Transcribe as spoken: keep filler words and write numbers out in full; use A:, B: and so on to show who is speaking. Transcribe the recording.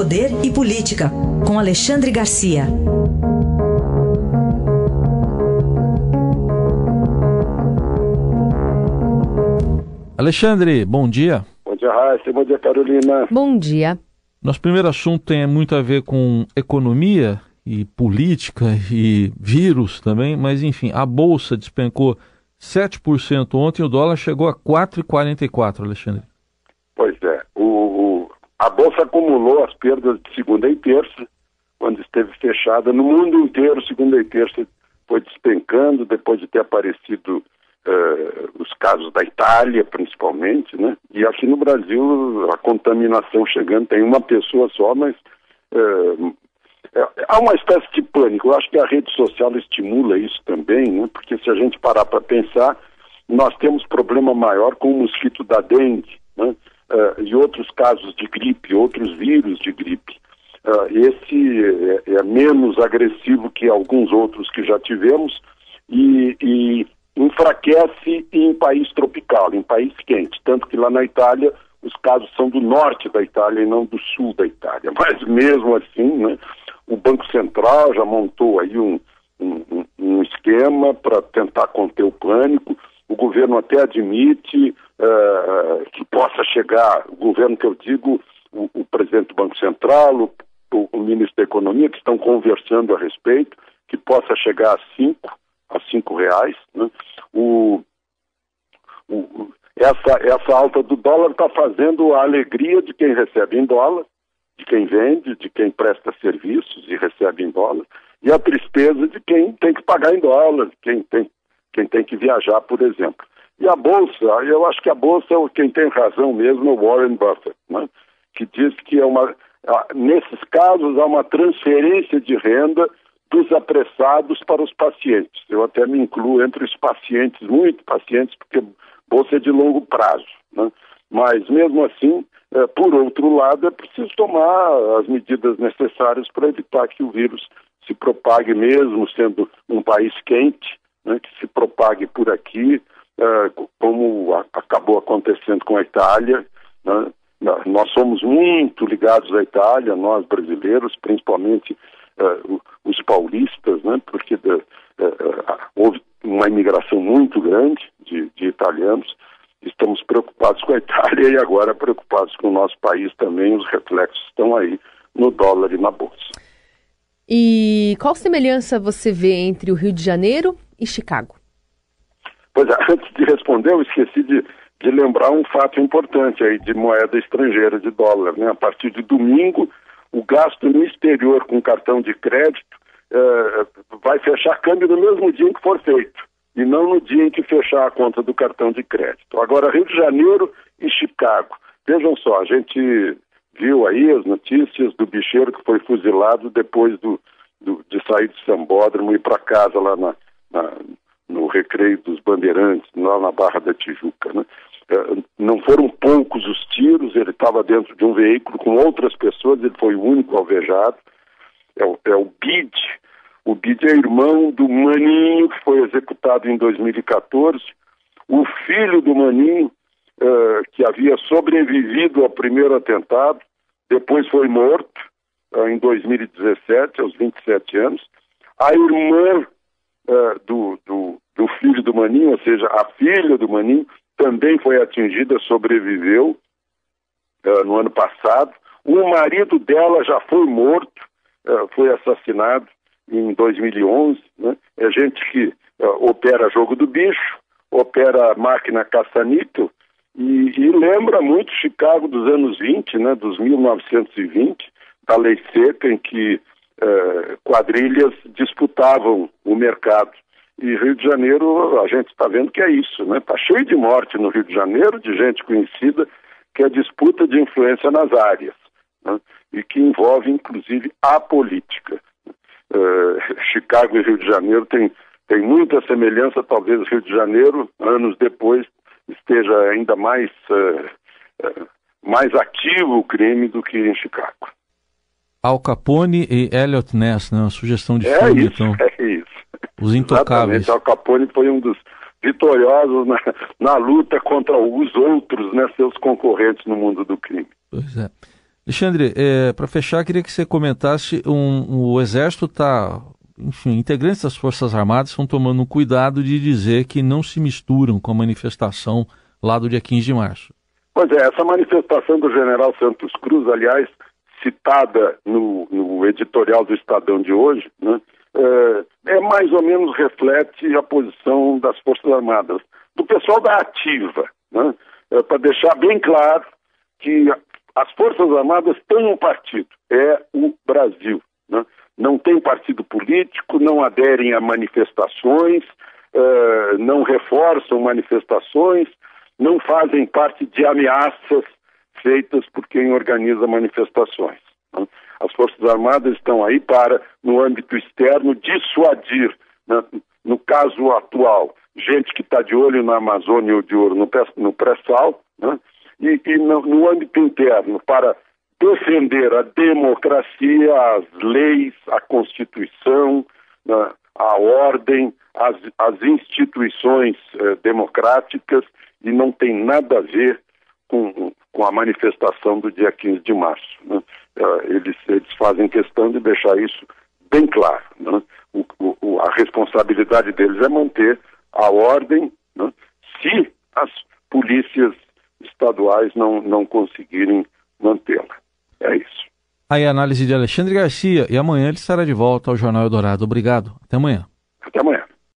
A: Poder e Política, com Alexandre Garcia.
B: Alexandre, bom dia.
C: Bom dia, Raíssa. Bom dia, Carolina.
D: Bom dia.
B: Nosso primeiro assunto tem muito a ver com economia e política e vírus também, mas enfim, a Bolsa despencou sete por cento ontem, o dólar chegou a quatro reais e quarenta e quatro centavos, Alexandre.
C: Pois é, o, o, a Bolsa acumulou as perdas de segunda e terça, quando esteve fechada no mundo inteiro. Segunda e terça foi despencando, depois de ter aparecido Uh, os casos da Itália, principalmente, né? E aqui no Brasil, a contaminação chegando, tem uma pessoa só, mas uh, é, há uma espécie de pânico. Eu acho que a rede social estimula isso também, né? Porque se a gente parar para pensar, nós temos problema maior com o mosquito da dengue, né? Uh, e outros casos de gripe, outros vírus de gripe. Uh, esse é, é menos agressivo que alguns outros que já tivemos e... e enfraquece em país tropical, em país quente, tanto que lá na Itália os casos são do norte da Itália e não do sul da Itália, mas mesmo assim, né, o Banco Central já montou aí um, um, um esquema para tentar conter o pânico. O governo até admite uh, que possa chegar, o governo que eu digo, o, o presidente do Banco Central, o, o, o ministro da Economia, que estão conversando a respeito, que possa chegar a cinco a cinco reais, né? o, o, essa, essa alta do dólar está fazendo a alegria de quem recebe em dólar, de quem vende, de quem presta serviços e recebe em dólar, e a tristeza de quem tem que pagar em dólar, quem tem, quem tem que viajar, por exemplo. E a Bolsa, eu acho que a Bolsa, quem tem razão mesmo é o Warren Buffett, né? Que diz que é uma, nesses casos há uma transferência de renda dos apressados para os pacientes. Eu até me incluo entre os pacientes, muito pacientes, porque bolsa é de longo prazo, né? Mas mesmo assim, é, por outro lado, é preciso tomar as medidas necessárias para evitar que o vírus se propague, mesmo sendo um país quente, né, que se propague por aqui, é, como a, acabou acontecendo com a Itália, né? Nós somos muito ligados à Itália, nós brasileiros, principalmente Uh, os paulistas, né, porque uh, uh, houve uma imigração muito grande de, de italianos. Estamos preocupados com a Itália e agora preocupados com o nosso país também. Os reflexos estão aí no dólar e na Bolsa.
D: E qual semelhança você vê entre o Rio de Janeiro e Chicago?
C: Pois é, antes de responder, eu esqueci de, de lembrar um fato importante aí de moeda estrangeira, de dólar, né? A partir de domingo, o gasto no exterior com cartão de crédito uh, vai fechar câmbio no mesmo dia em que for feito, e não no dia em que fechar a conta do cartão de crédito. Agora, Rio de Janeiro e Chicago. Vejam só, a gente viu aí as notícias do bicheiro que foi fuzilado depois do, do, de sair de Sambódromo e ir para casa lá na, na, no Recreio dos Bandeirantes, lá na Barra da Tijuca, né? Não foram poucos os tiros, ele estava dentro de um veículo com outras pessoas, ele foi o único alvejado. É o, é o Bid. O Bid é irmão do Maninho, que foi executado em dois mil e catorze. O filho do Maninho, uh, que havia sobrevivido ao primeiro atentado, depois foi morto uh, em dois mil e dezessete, aos vinte e sete anos. A irmã uh, do, do, do filho do Maninho, ou seja, a filha do Maninho, também foi atingida, sobreviveu uh, no ano passado. O marido dela já foi morto, uh, foi assassinado em dois mil e onze. Né? É gente que uh, opera jogo do bicho, opera máquina caça-níquel e, e lembra muito Chicago dos anos vinte, né, dos mil novecentos e vinte, da lei seca, em que uh, quadrilhas disputavam o mercado. E Rio de Janeiro, a gente está vendo que é isso, né? Está cheio de morte no Rio de Janeiro, de gente conhecida, que é disputa de influência nas áreas, né? E que envolve, inclusive, a política. Uh, Chicago e Rio de Janeiro tem, tem muita semelhança, talvez Rio de Janeiro, anos depois, esteja ainda mais, uh, uh, mais ativo o crime do que em Chicago.
B: Al Capone e Elliot Ness, né? Uma sugestão de
C: é
B: filme,
C: isso,
B: então.
C: É isso.
B: Os Intocáveis.
C: Exatamente. Al Capone foi um dos vitoriosos na, na luta contra os outros, né, seus concorrentes no mundo do crime.
B: Pois é. Alexandre, é, para fechar, queria que você comentasse, um, o Exército está, enfim, integrantes das Forças Armadas estão tomando um cuidado de dizer que não se misturam com a manifestação lá do dia quinze de março.
C: Pois é, essa manifestação do general Santos Cruz, aliás, citada no, no editorial do Estadão de hoje, né, é, é mais ou menos reflete a posição das Forças Armadas, do pessoal da ativa, né, é, para deixar bem claro que as Forças Armadas têm um partido, é o Brasil, né? Não tem partido político, não aderem a manifestações, uh, não reforçam manifestações, não fazem parte de ameaças feitas por quem organiza manifestações, né? As Forças Armadas estão aí para, no âmbito externo, dissuadir, né? No caso atual, gente que está de olho na Amazônia ou de olho no, no pré-sal, né? E, e no, no âmbito interno, para defender a democracia, as leis, a Constituição, né, a ordem, as, as instituições eh, democráticas, e não tem nada a ver com, com a manifestação do dia quinze de março. Né? Eh, eles, eles fazem questão de deixar isso bem claro. Né? O, o, a responsabilidade deles é manter a ordem, né, se as polícias estaduais não, não conseguirem mantê-la. É isso.
B: Aí a análise de Alexandre Garcia, e amanhã ele estará de volta ao Jornal Eldorado. Obrigado. Até amanhã.
C: Até amanhã.